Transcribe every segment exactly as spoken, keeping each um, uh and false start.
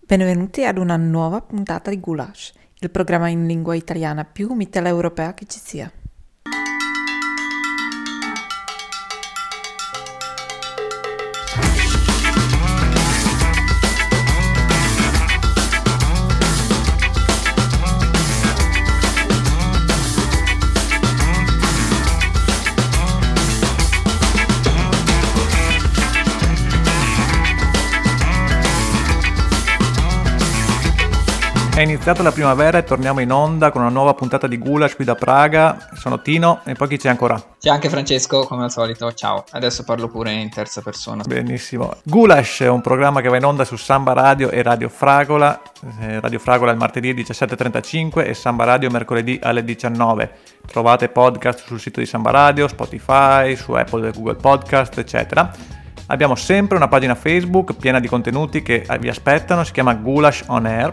Benvenuti ad una nuova puntata di Goulash, il programma in lingua italiana più mitteleuropea che ci sia. È iniziata la primavera e torniamo in onda con una nuova puntata di Goulash qui da Praga. Sono Tino e poi chi c'è ancora? C'è anche Francesco, come al solito. Ciao, adesso parlo pure in terza persona. Benissimo. Goulash è un programma che va in onda su Samba Radio e Radio Fragola. Eh, Radio Fragola il martedì alle diciassette e trentacinque e Samba Radio mercoledì alle diciannove. Trovate podcast sul sito di Samba Radio, Spotify, su Apple e Google Podcast, eccetera. Abbiamo sempre una pagina Facebook piena di contenuti che vi aspettano, si chiama Goulash On Air.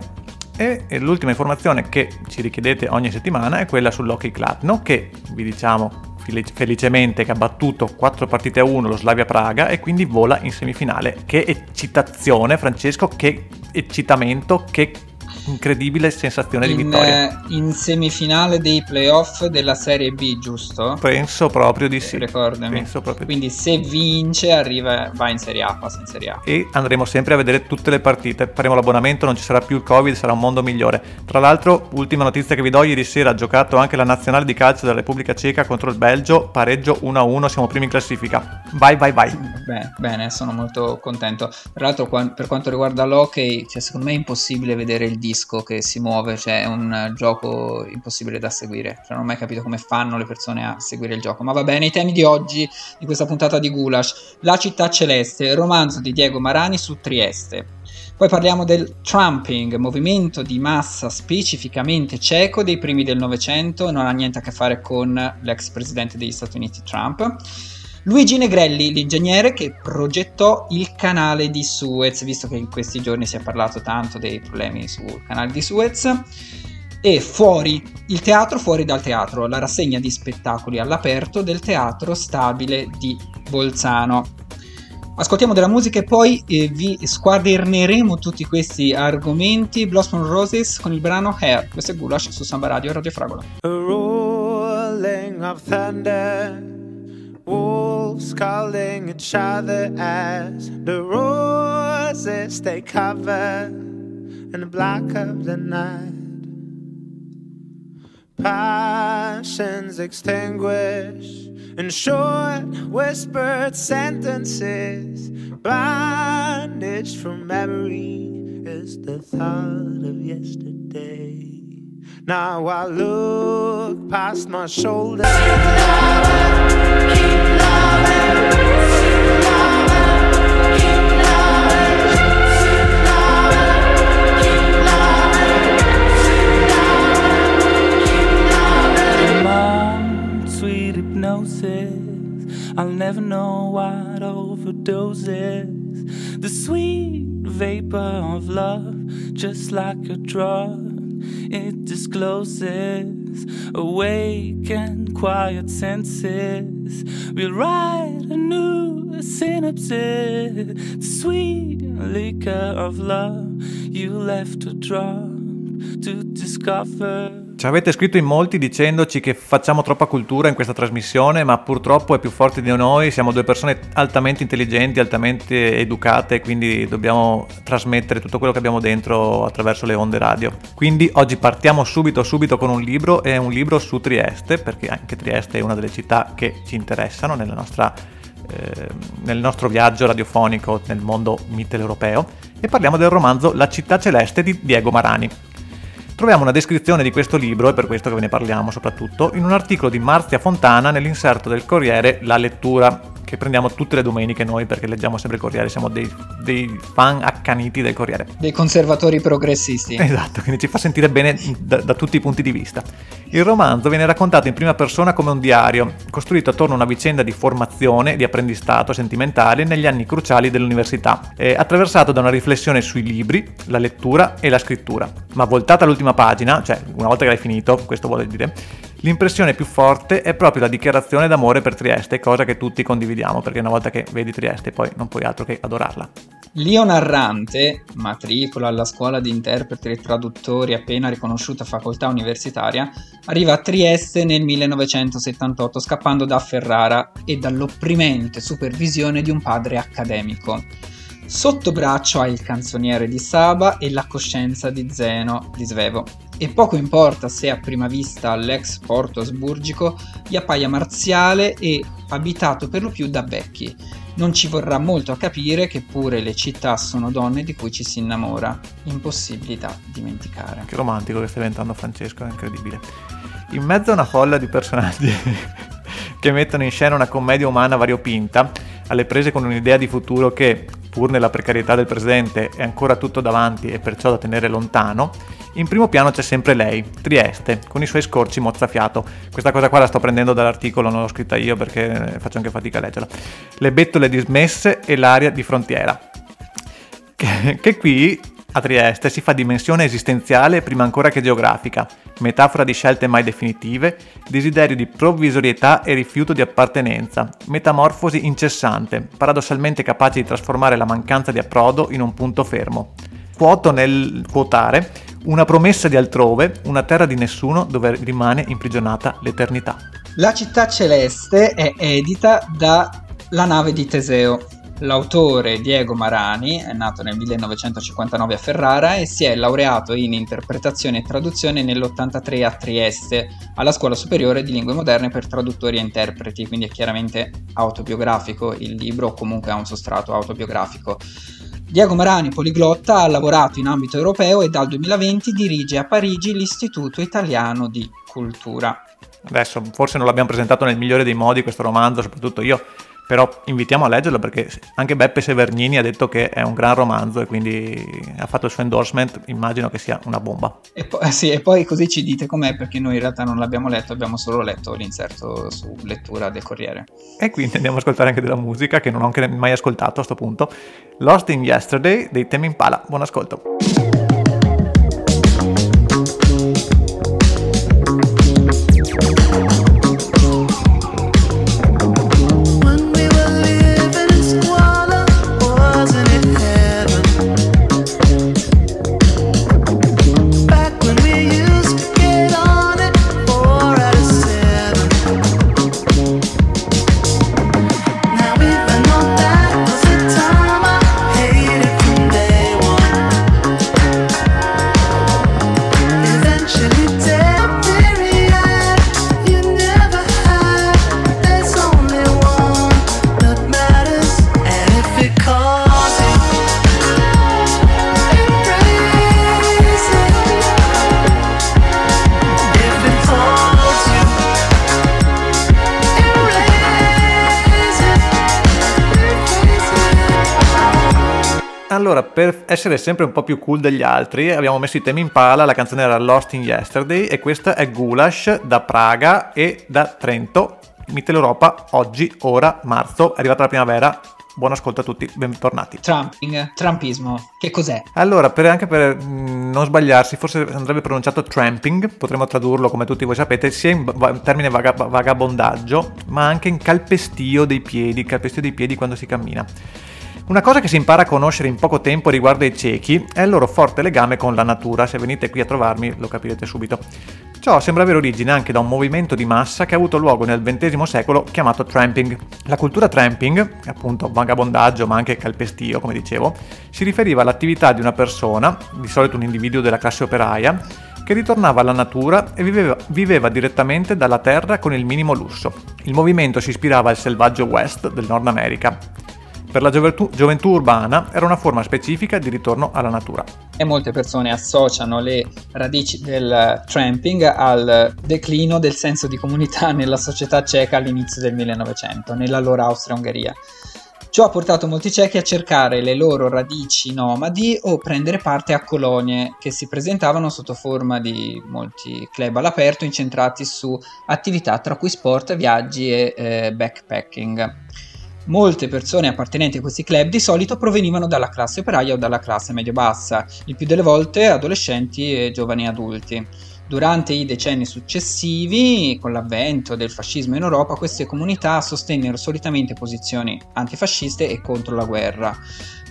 E l'ultima informazione che ci richiedete ogni settimana è quella sull'Hockey Kladno, che vi diciamo felicemente che ha battuto quattro partite a uno lo Slavia Praga e quindi vola in semifinale. Che eccitazione, Francesco, che eccitamento, che incredibile sensazione in, di vittoria. In semifinale dei playoff della Serie B, giusto? Penso proprio di sì. Ricordami. Penso proprio Quindi di sì. Se vince arriva, va in Serie A, passa in Serie A. E andremo sempre a vedere tutte le partite. Faremo l'abbonamento, non ci sarà più il Covid, sarà un mondo migliore. Tra l'altro, ultima notizia che vi do, ieri sera ha giocato anche la nazionale di calcio della Repubblica Ceca contro il Belgio, pareggio uno a uno, siamo primi in classifica. Vai, vai, vai. Beh, bene, sono molto contento. Tra l'altro, per quanto riguarda l'hockey, cioè, secondo me è impossibile vedere il disco che si muove, cioè è un gioco impossibile da seguire, cioè non ho mai capito come fanno le persone a seguire il gioco. Ma va bene, i temi di oggi, di questa puntata di Goulash: La città celeste, romanzo di Diego Marani su Trieste. Poi parliamo del Trumping, movimento di massa specificamente ceco dei primi del Novecento, non ha niente a che fare con l'ex presidente degli Stati Uniti Trump. Luigi Negrelli, l'ingegnere che progettò il canale di Suez, visto che in questi giorni si è parlato tanto dei problemi sul canale di Suez. E fuori il teatro, fuori dal teatro, la rassegna di spettacoli all'aperto del Teatro Stabile di Bolzano. Ascoltiamo della musica e poi eh, vi squaderneremo tutti questi argomenti. Blossom Roses con il brano Hair. Questo è Goulash su Samba Radio e Radio Fragola. A rolling of thunder, wolves calling each other as the roses they cover in the black of the night. Passions extinguished in short whispered sentences, bandaged from memory is the thought of yesterday. Now I look past my shoulder. Keep loving, keep loving, keep loving, keep loving, keep loving, keep loving, keep loving. Mom, sweet hypnosis, I'll never know what overdose is. The sweet vapor of love, just like a drug. It discloses awake and quiet senses. We'll write a new synopsis. The sweet liquor of love you left to drop to discover. Ci avete scritto in molti dicendoci che facciamo troppa cultura in questa trasmissione, ma purtroppo è più forte di noi, siamo due persone altamente intelligenti, altamente educate, quindi dobbiamo trasmettere tutto quello che abbiamo dentro attraverso le onde radio. Quindi oggi partiamo subito subito con un libro, è un libro su Trieste, perché anche Trieste è una delle città che ci interessano nella nostra, eh, nel nostro viaggio radiofonico nel mondo mitteleuropeo, e parliamo del romanzo La città celeste di Diego Marani. Troviamo una descrizione di questo libro, e per questo che ve ne parliamo soprattutto, in un articolo di Marzia Fontana nell'inserto del Corriere La Lettura, che prendiamo tutte le domeniche noi perché leggiamo sempre il Corriere, siamo dei, dei fan accaniti del Corriere. Dei conservatori progressisti. Esatto, quindi ci fa sentire bene da, da tutti i punti di vista. Il romanzo viene raccontato in prima persona come un diario, costruito attorno a una vicenda di formazione, di apprendistato sentimentale negli anni cruciali dell'università, eh, attraversato da una riflessione sui libri, la lettura e la scrittura. Ma voltata all'ultima pagina, cioè una volta che l'hai finito, questo vuole dire, l'impressione più forte è proprio la dichiarazione d'amore per Trieste, cosa che tutti condividiamo, perché una volta che vedi Trieste poi non puoi altro che adorarla. Lio Narrante, matricola alla scuola di interpreti e traduttori appena riconosciuta facoltà universitaria, arriva a Trieste nel millenovecentosettantotto scappando da Ferrara e dall'opprimente supervisione di un padre accademico. Sotto braccio ha il canzoniere di Saba e la coscienza di Zeno di Svevo. E poco importa se a prima vista all'ex porto asburgico gli appaia marziale e abitato per lo più da vecchi. Non ci vorrà molto a capire che pure le città sono donne di cui ci si innamora. Impossibili da dimenticare. Che romantico che sta diventando Francesco, è incredibile. In mezzo a una folla di personaggi che mettono in scena una commedia umana variopinta, alle prese con un'idea di futuro che, pur nella precarietà del presente, è ancora tutto davanti e perciò da tenere lontano, in primo piano c'è sempre lei, Trieste, con i suoi scorci mozzafiato. Questa cosa qua la sto prendendo dall'articolo, non l'ho scritta io perché faccio anche fatica a leggerla. Le bettole dismesse e l'aria di frontiera. Che, che qui, a Trieste, si fa dimensione esistenziale prima ancora che geografica, metafora di scelte mai definitive, desiderio di provvisorietà e rifiuto di appartenenza, metamorfosi incessante, paradossalmente capace di trasformare la mancanza di approdo in un punto fermo. Quoto nel quotare una promessa di altrove, una terra di nessuno dove rimane imprigionata l'eternità. La città celeste è edita da La nave di Teseo. L'autore Diego Marani è nato nel millenovecentocinquantanove a Ferrara e si è laureato in interpretazione e traduzione nell'ottantatré a Trieste alla Scuola Superiore di Lingue Moderne per traduttori e interpreti, quindi è chiaramente autobiografico il libro, o comunque ha un sostrato autobiografico. Diego Marani, poliglotta, ha lavorato in ambito europeo e dal duemilaventi dirige a Parigi l'Istituto Italiano di Cultura. Adesso forse non l'abbiamo presentato nel migliore dei modi questo romanzo, soprattutto io, però invitiamo a leggerlo perché anche Beppe Severnini ha detto che è un gran romanzo e quindi ha fatto il suo endorsement, immagino che sia una bomba. E poi, sì, e poi così ci dite com'è, perché noi in realtà non l'abbiamo letto, abbiamo solo letto l'inserto su lettura del Corriere. E quindi andiamo ad ascoltare anche della musica che non ho anche mai ascoltato a sto punto. Lost in Yesterday dei Tame Impala, buon ascolto. Allora, per essere sempre un po' più cool degli altri, abbiamo messo i Tame Impala, la canzone era Lost in Yesterday e questa è Gulash da Praga e da Trento, Mitteleuropa, oggi, ora, marzo, è arrivata la primavera. Buon ascolto a tutti, bentornati. Trumping, Trumpismo, che cos'è? Allora, per, anche per mh, non sbagliarsi, forse andrebbe pronunciato tramping, potremmo tradurlo come tutti voi sapete, sia in va- termine vaga- vagabondaggio, ma anche in calpestio dei piedi, calpestio dei piedi quando si cammina. Una cosa che si impara a conoscere in poco tempo riguardo ai ciechi è il loro forte legame con la natura. Se venite qui a trovarmi lo capirete subito. Ciò sembra avere origine anche da un movimento di massa che ha avuto luogo nel ventesimo secolo chiamato tramping. La cultura tramping, appunto vagabondaggio ma anche calpestio come dicevo, si riferiva all'attività di una persona, di solito un individuo della classe operaia, che ritornava alla natura e viveva, viveva direttamente dalla terra con il minimo lusso. Il movimento si ispirava al selvaggio West del Nord America. Per la gioventù, gioventù urbana era una forma specifica di ritorno alla natura. E molte persone associano le radici del tramping al declino del senso di comunità nella società ceca all'inizio del millenovecento, nella loro Austria-Ungheria. Ciò ha portato molti cechi a cercare le loro radici nomadi o prendere parte a colonie che si presentavano sotto forma di molti club all'aperto incentrati su attività tra cui sport, viaggi e eh, backpacking. Molte persone appartenenti a questi club di solito provenivano dalla classe operaia o dalla classe medio-bassa, il più delle volte adolescenti e giovani adulti. Durante i decenni successivi, con l'avvento del fascismo in Europa, queste comunità sostennero solitamente posizioni antifasciste e contro la guerra.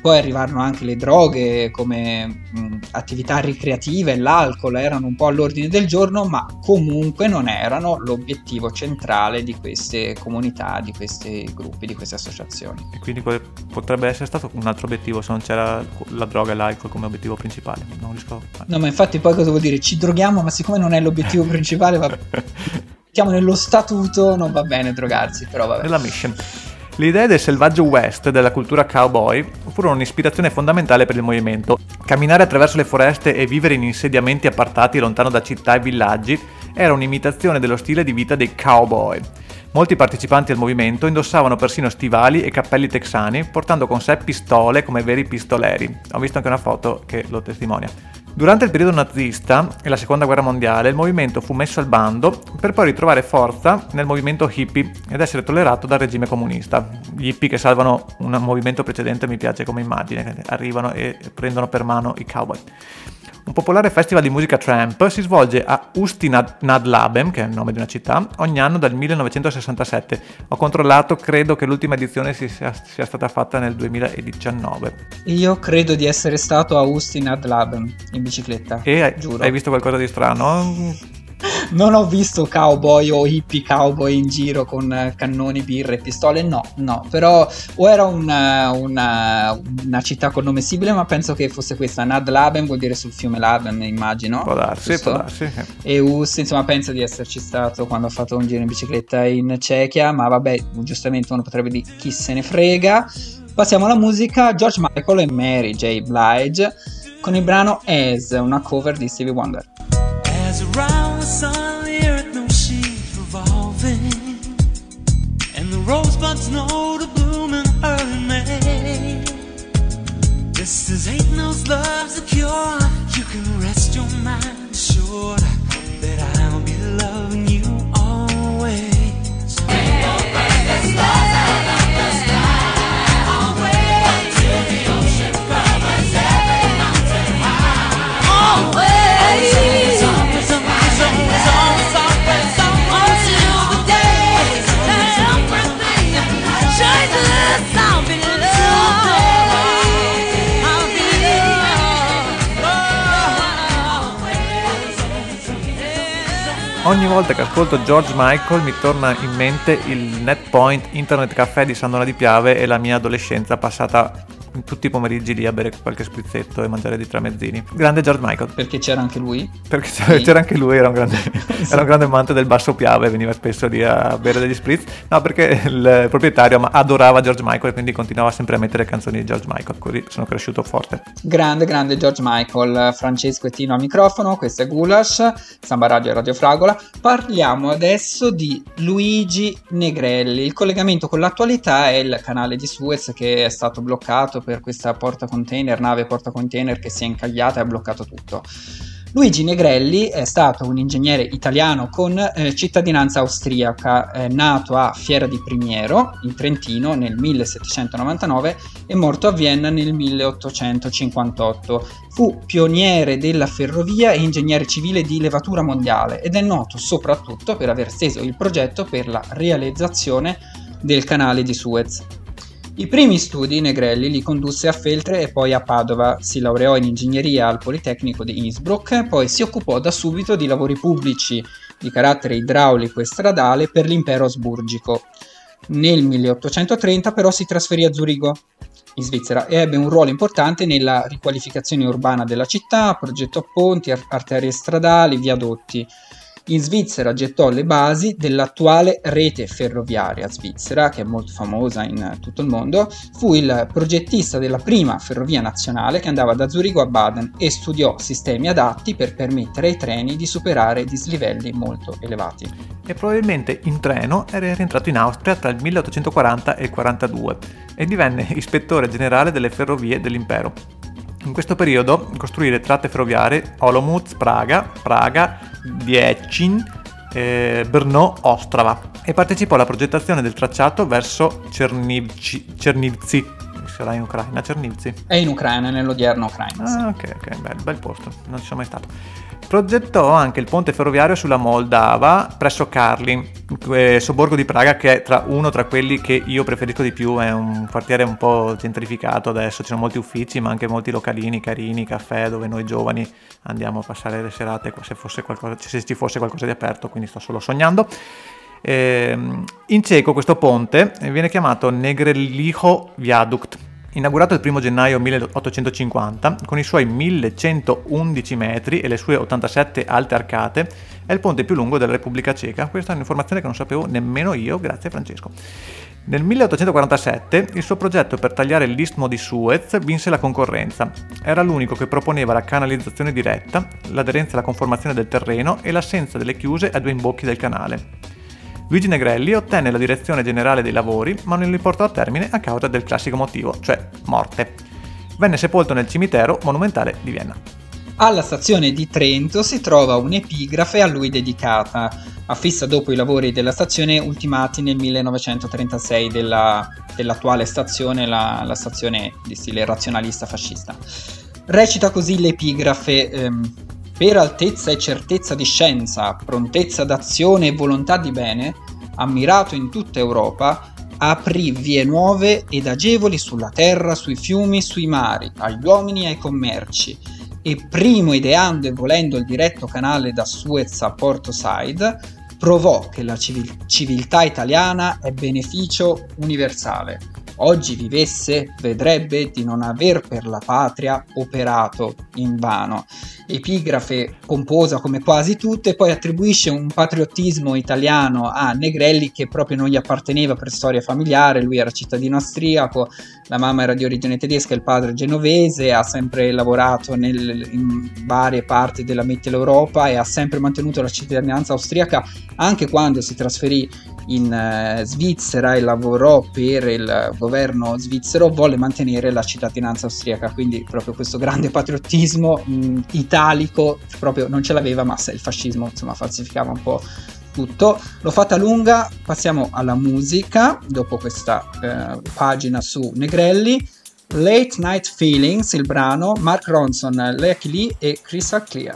Poi arrivarono anche le droghe come mh, attività ricreative, l'alcol erano un po' all'ordine del giorno, ma comunque non erano l'obiettivo centrale di queste comunità, di questi gruppi, di queste associazioni. E quindi quale potrebbe essere stato un altro obiettivo se non c'era la droga e l'alcol come obiettivo principale? Non riesco a... No, ma infatti poi cosa vuol dire? Ci droghiamo, ma siccome non è l'obiettivo principale, va... mettiamo nello statuto, non va bene drogarsi, però vabbè. Nella mission. Le idee del selvaggio West e della cultura cowboy furono un'ispirazione fondamentale per il movimento. Camminare attraverso le foreste e vivere in insediamenti appartati lontano da città e villaggi era un'imitazione dello stile di vita dei cowboy. Molti partecipanti al movimento indossavano persino stivali e cappelli texani, portando con sé pistole come veri pistoleri. Ho visto anche una foto che lo testimonia. Durante il periodo nazista e la seconda guerra mondiale il movimento fu messo al bando per poi ritrovare forza nel movimento hippie ed essere tollerato dal regime comunista. Gli hippie che salvano un movimento precedente mi piace come immagine, arrivano e prendono per mano i cowboy. Un popolare festival di musica tramp si svolge a Ústí nad Labem, che è il nome di una città, ogni anno dal millenovecentosessantasette. Ho controllato, credo che l'ultima edizione sia, sia stata fatta nel duemiladiciannove. Io credo di essere stato a Ústí nad Labem in bicicletta. E hai, giuro. Hai visto qualcosa di strano? Non ho visto cowboy o hippie cowboy in giro con cannoni, birre e pistole, no, no, però o era una, una, una città con nome simile, ma penso che fosse questa. Nad Labem vuol dire sul fiume Labem, immagino. Può darsi, giusto? può darsi. E Ústí, insomma, penso di esserci stato quando ho fatto un giro in bicicletta in Cechia, ma vabbè, giustamente uno potrebbe dire chi se ne frega. Passiamo alla musica, George Michael e Mary J. Blige con il brano As, una cover di Stevie Wonder. As around the sun, the earth knows she's revolving, and the rosebuds know to bloom in early May. Just as hate knows love's a cure, you can rest your mind assured that I'll be loving you always. Ogni volta che ascolto George Michael mi torna in mente il NetPoint Internet Caffè di San Donà di Piave e la mia adolescenza passata tutti i pomeriggi lì a bere qualche sprizzetto e mangiare di tramezzini. Grande George Michael. Perché c'era anche lui? Perché c'era, sì. c'era anche lui, era un, grande, era un grande amante del basso Piave, veniva spesso lì a bere degli spritz. No, perché il proprietario adorava George Michael e quindi continuava sempre a mettere canzoni di George Michael, così sono cresciuto forte. Grande, grande George Michael. Francesco e Tino al microfono, questo è Gulash, Samba Radio e Radio Fragola. Parliamo adesso di Luigi Negrelli. Il collegamento con l'attualità è il canale di Suez che è stato bloccato per questa porta container, nave porta container che si è incagliata e ha bloccato tutto. Luigi Negrelli è stato un ingegnere italiano con eh, cittadinanza austriaca, eh, nato a Fiera di Primiero, in Trentino, nel millesettecentonovantanove e morto a Vienna nel milleottocentocinquantotto. Fu pioniere della ferrovia e ingegnere civile di levatura mondiale ed è noto soprattutto per aver steso il progetto per la realizzazione del canale di Suez. I primi studi Negrelli li condusse a Feltre e poi a Padova, si laureò in ingegneria al Politecnico di Innsbruck, poi si occupò da subito di lavori pubblici di carattere idraulico e stradale per l'impero asburgico. Nel milleottocentotrenta però si trasferì a Zurigo, in Svizzera, e ebbe un ruolo importante nella riqualificazione urbana della città, progettò ponti, arterie stradali, viadotti. In Svizzera gettò le basi dell'attuale rete ferroviaria svizzera, che è molto famosa in tutto il mondo. Fu il progettista della prima ferrovia nazionale che andava da Zurigo a Baden e studiò sistemi adatti per permettere ai treni di superare dislivelli molto elevati. E probabilmente in treno era rientrato in Austria tra il milleottocentoquaranta e il quarantadue e divenne ispettore generale delle ferrovie dell'impero. In questo periodo costruì le tratte ferroviarie Olomouc, Praga, Praga, Dziecin, eh, Brno, Ostrava e partecipò alla progettazione del tracciato verso Černivci, Černivci, sarà in Ucraina, Cernivtsi? È in Ucraina, nell'odierna Ucraina. Ah, sì. ok, ok, bel, bel posto, non ci sono mai stato. Progettò anche il ponte ferroviario sulla Moldava presso Karlin, sobborgo di Praga, che è tra uno tra quelli che io preferisco di più. È un quartiere un po' gentrificato adesso, ci sono molti uffici ma anche molti localini carini, caffè dove noi giovani andiamo a passare le serate se, fosse qualcosa, se ci fosse qualcosa di aperto, quindi sto solo sognando. In ceco questo ponte viene chiamato Negreliho Viaduct, inaugurato il primo gennaio milleottocentocinquanta, con i suoi millecentoundici metri e le sue ottantasette alte arcate, è il ponte più lungo della Repubblica Ceca. Questa è un'informazione che non sapevo nemmeno io, grazie Francesco. Nel milleottocentoquarantasette il suo progetto per tagliare l'istmo di Suez vinse la concorrenza. Era l'unico che proponeva la canalizzazione diretta, l'aderenza alla conformazione del terreno e l'assenza delle chiuse a due imbocchi del canale. Luigi Negrelli ottenne la direzione generale dei lavori, ma non li portò a termine a causa del classico motivo, cioè morte. Venne sepolto nel cimitero monumentale di Vienna. Alla stazione di Trento si trova un'epigrafe a lui dedicata, affissa dopo i lavori della stazione ultimati nel millenovecentotrentasei della, dell'attuale stazione, la, la stazione di stile razionalista fascista. Recita così l'epigrafe: ehm, per altezza e certezza di scienza, prontezza d'azione e volontà di bene, ammirato in tutta Europa, aprì vie nuove ed agevoli sulla terra, sui fiumi, sui mari, agli uomini e ai commerci, e primo ideando e volendo il diretto canale da Suez a Porto Said, provò che la civil- civiltà italiana è beneficio universale. Oggi vivesse, vedrebbe di non aver per la patria operato invano. Epigrafe pomposa come quasi tutte, poi attribuisce un patriottismo italiano a Negrelli che proprio non gli apparteneva per storia familiare. Lui era cittadino austriaco, la mamma era di origine tedesca, il padre genovese, ha sempre lavorato nel, in varie parti della Mitteleuropa e ha sempre mantenuto la cittadinanza austriaca anche quando si trasferì in uh, Svizzera e lavorò per il governo svizzero. Volle mantenere la cittadinanza austriaca, quindi proprio questo grande patriottismo mh, italico proprio non ce l'aveva, ma se il fascismo insomma falsificava un po' tutto. L'ho fatta lunga, passiamo alla musica dopo questa uh, pagina su Negrelli. Late Night Feelings, il brano, Mark Ronson, Lucky Lee e Crystal Clear.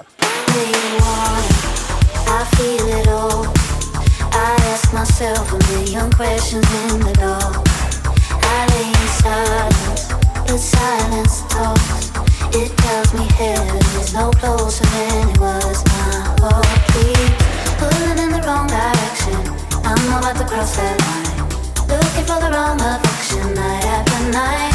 Myself a million questions in the dark. I lay in silence, but silence talks. It tells me heaven is no closer than it was. My heart keeps pulling in the wrong direction. I'm about to cross that line, looking for the wrong affection night after night.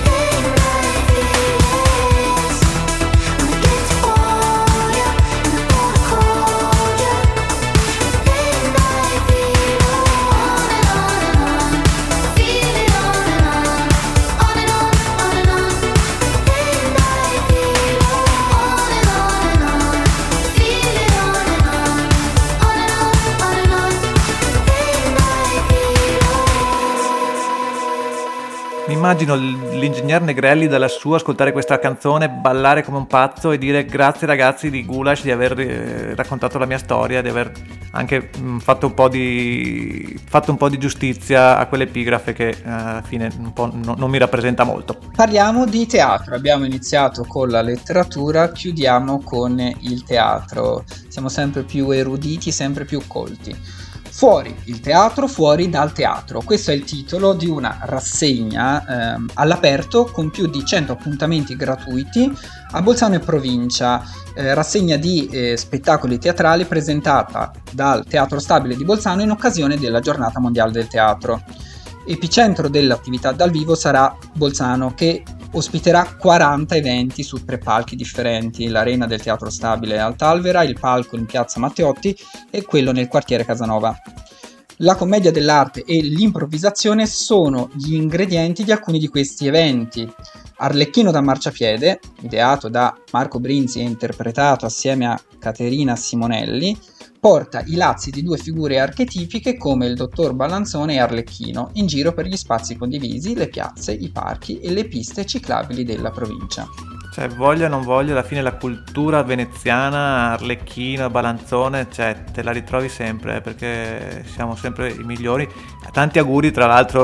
Immagino l'ingegner Negrelli dalla sua ascoltare questa canzone, ballare come un pazzo e dire grazie ragazzi di Gulash di aver eh, raccontato la mia storia, di aver anche mh, fatto un po' di fatto un po' di giustizia a quell'epigrafe che eh, alla fine un po' no, non mi rappresenta molto. Parliamo di teatro, abbiamo iniziato con la letteratura, chiudiamo con il teatro. Siamo sempre più eruditi, sempre più colti. Fuori il teatro, fuori dal teatro. Questo è il titolo di una rassegna ehm, all'aperto con più di cento appuntamenti gratuiti a Bolzano e provincia. Eh, rassegna di eh, spettacoli teatrali presentata dal Teatro Stabile di Bolzano in occasione della Giornata Mondiale del Teatro. Epicentro dell'attività dal vivo sarà Bolzano, che ospiterà quaranta eventi su tre palchi differenti: l'arena del Teatro Stabile a Altalvera, il palco in piazza Matteotti e quello nel quartiere Casanova. La commedia dell'arte e l'improvvisazione sono gli ingredienti di alcuni di questi eventi. Arlecchino da marciapiede, ideato da Marco Brinzi e interpretato assieme a Caterina Simonelli, porta i lazzi di due figure archetipiche come il dottor Ballanzone e Arlecchino in giro per gli spazi condivisi, le piazze, i parchi e le piste ciclabili della provincia. Cioè, voglia o non voglia, alla fine la cultura veneziana, Arlecchino, Balanzone, cioè, te la ritrovi sempre, eh, perché siamo sempre i migliori. Tanti auguri, tra l'altro,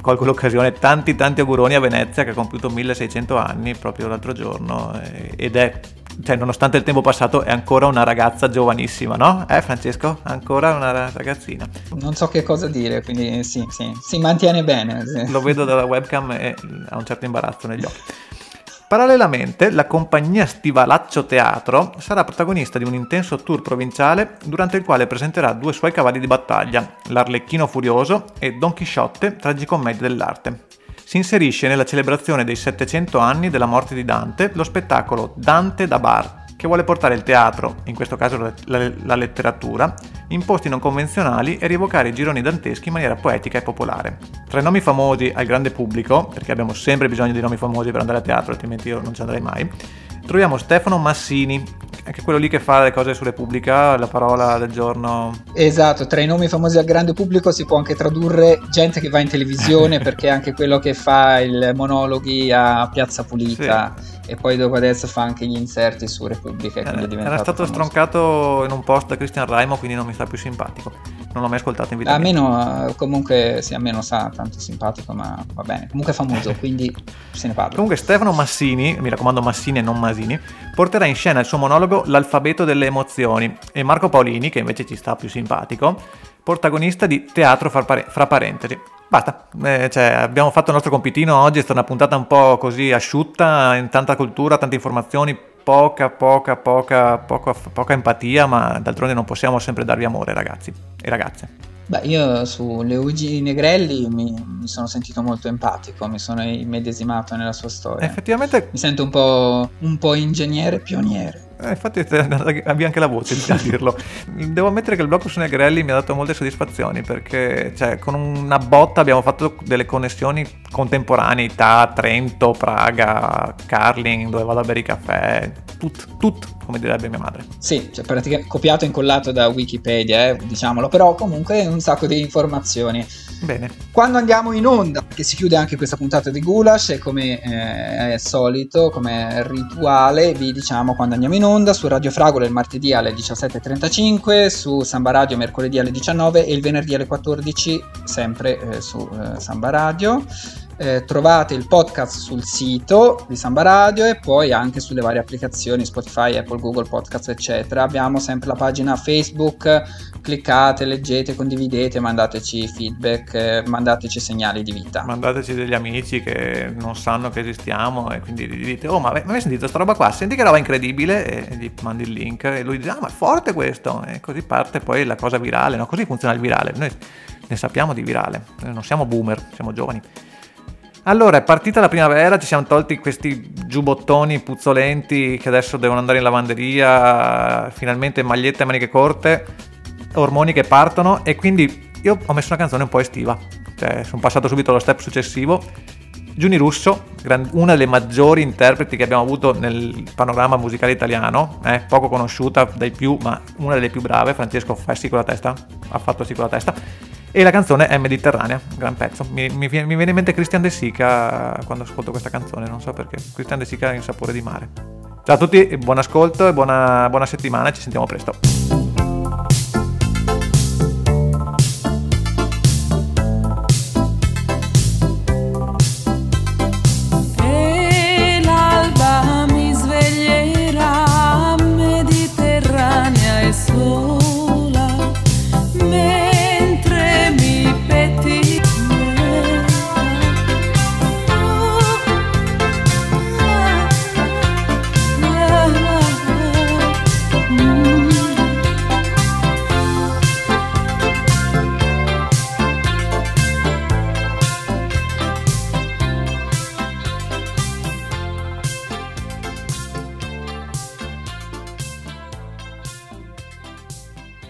colgo l'occasione, tanti tanti auguroni a Venezia che ha compiuto milleseicento anni proprio l'altro giorno, eh, ed è, cioè, nonostante il tempo passato, è ancora una ragazza giovanissima, no? Eh Francesco? Ancora una ragazzina. Non so che cosa dire, quindi sì, sì, si mantiene bene. Sì. Lo vedo dalla webcam e ha un certo imbarazzo negli occhi. Parallelamente, la compagnia Stivalaccio Teatro sarà protagonista di un intenso tour provinciale durante il quale presenterà due suoi cavalli di battaglia, l'Arlecchino Furioso e Don Chisciotte, tragicommedia dell'arte. Si inserisce nella celebrazione dei settecento anni della morte di Dante lo spettacolo Dante da Bar, che vuole portare il teatro, in questo caso la, la, la letteratura, in posti non convenzionali e rievocare i gironi danteschi in maniera poetica e popolare. Tra i nomi famosi al grande pubblico, perché abbiamo sempre bisogno di nomi famosi per andare a teatro, altrimenti io non ci andrei mai, troviamo Stefano Massini, anche quello lì che fa le cose su Repubblica, la parola del giorno. Esatto, tra i nomi famosi al grande pubblico si può anche tradurre gente che va in televisione, perché è anche quello che fa i monologhi a Piazza Pulita, sì. E poi dopo adesso fa anche gli inserti su Repubblica. Era, è era stato famoso. Stroncato in un post da Cristian Raimo, quindi non mi sta più simpatico. Non l'ho mai ascoltato in vita a meno comunque sì, a me non sa tanto simpatico, ma va bene, comunque è famoso, quindi se ne parla. Comunque Stefano Massini, mi raccomando Massini e non Masini, porterà in scena il suo monologo L'alfabeto delle emozioni, e Marco Paolini, che invece ci sta più simpatico, protagonista di Teatro fra, pare- fra parentesi. Basta, eh, cioè, abbiamo fatto il nostro compitino oggi, è stata una puntata un po' così asciutta, in tanta cultura, tante informazioni, poca, poca, poca, poca, poca empatia, ma d'altronde non possiamo sempre darvi amore, ragazzi e ragazze. Beh, io su Luigi Negrelli mi, mi sono sentito molto empatico, mi sono immedesimato nella sua storia. Effettivamente mi sento un po', un po' ingegnere pioniere. Eh, infatti abbi anche la voce a dirlo. Devo ammettere che il blocco su Negrelli mi ha dato molte soddisfazioni, perché cioè, con una botta abbiamo fatto delle connessioni contemporaneità, Trento, Praga, Carling, dove vado a bere i caffè, tut, tut, come direbbe mia madre. Sì, cioè praticamente copiato e incollato da Wikipedia, eh, diciamolo, però comunque un sacco di informazioni. Bene. Quando andiamo in onda, che si chiude anche questa puntata di Gulash, e come eh, è solito, come rituale, vi diciamo quando andiamo in onda: su Radio Fragola il martedì alle diciassette e trentacinque, su Samba Radio mercoledì alle diciannove e il venerdì alle quattordici, sempre eh, su eh, Samba Radio. Eh, trovate il podcast sul sito di Samba Radio e poi anche sulle varie applicazioni Spotify, Apple, Google Podcast eccetera. Abbiamo sempre la pagina Facebook, cliccate, leggete, condividete, mandateci feedback, eh, mandateci segnali di vita, mandateci degli amici che non sanno che esistiamo e quindi gli dite: oh, ma mi hai sentito sta roba qua, senti che roba incredibile, e gli mandi il link e lui dice: ah, ma è forte questo, e così parte poi la cosa virale, no? Così funziona il virale, noi ne sappiamo di virale, noi non siamo boomer, siamo giovani. Allora, è partita la primavera, ci siamo tolti questi giubbottoni puzzolenti che adesso devono andare in lavanderia, finalmente magliette e maniche corte, ormoni che partono, e quindi io ho messo una canzone un po' estiva, cioè sono passato subito allo step successivo. Giuni Russo, una delle maggiori interpreti che abbiamo avuto nel panorama musicale italiano, eh, poco conosciuta dai più, ma una delle più brave. Francesco, fai sì con la testa? Ha fatto sì con la testa. E la canzone è Mediterranea, un gran pezzo. Mi, mi, mi viene in mente Christian De Sica quando ascolto questa canzone, non so perché. Christian De Sica ha un sapore di mare. Ciao a tutti, buon ascolto e buona, buona settimana, ci sentiamo presto.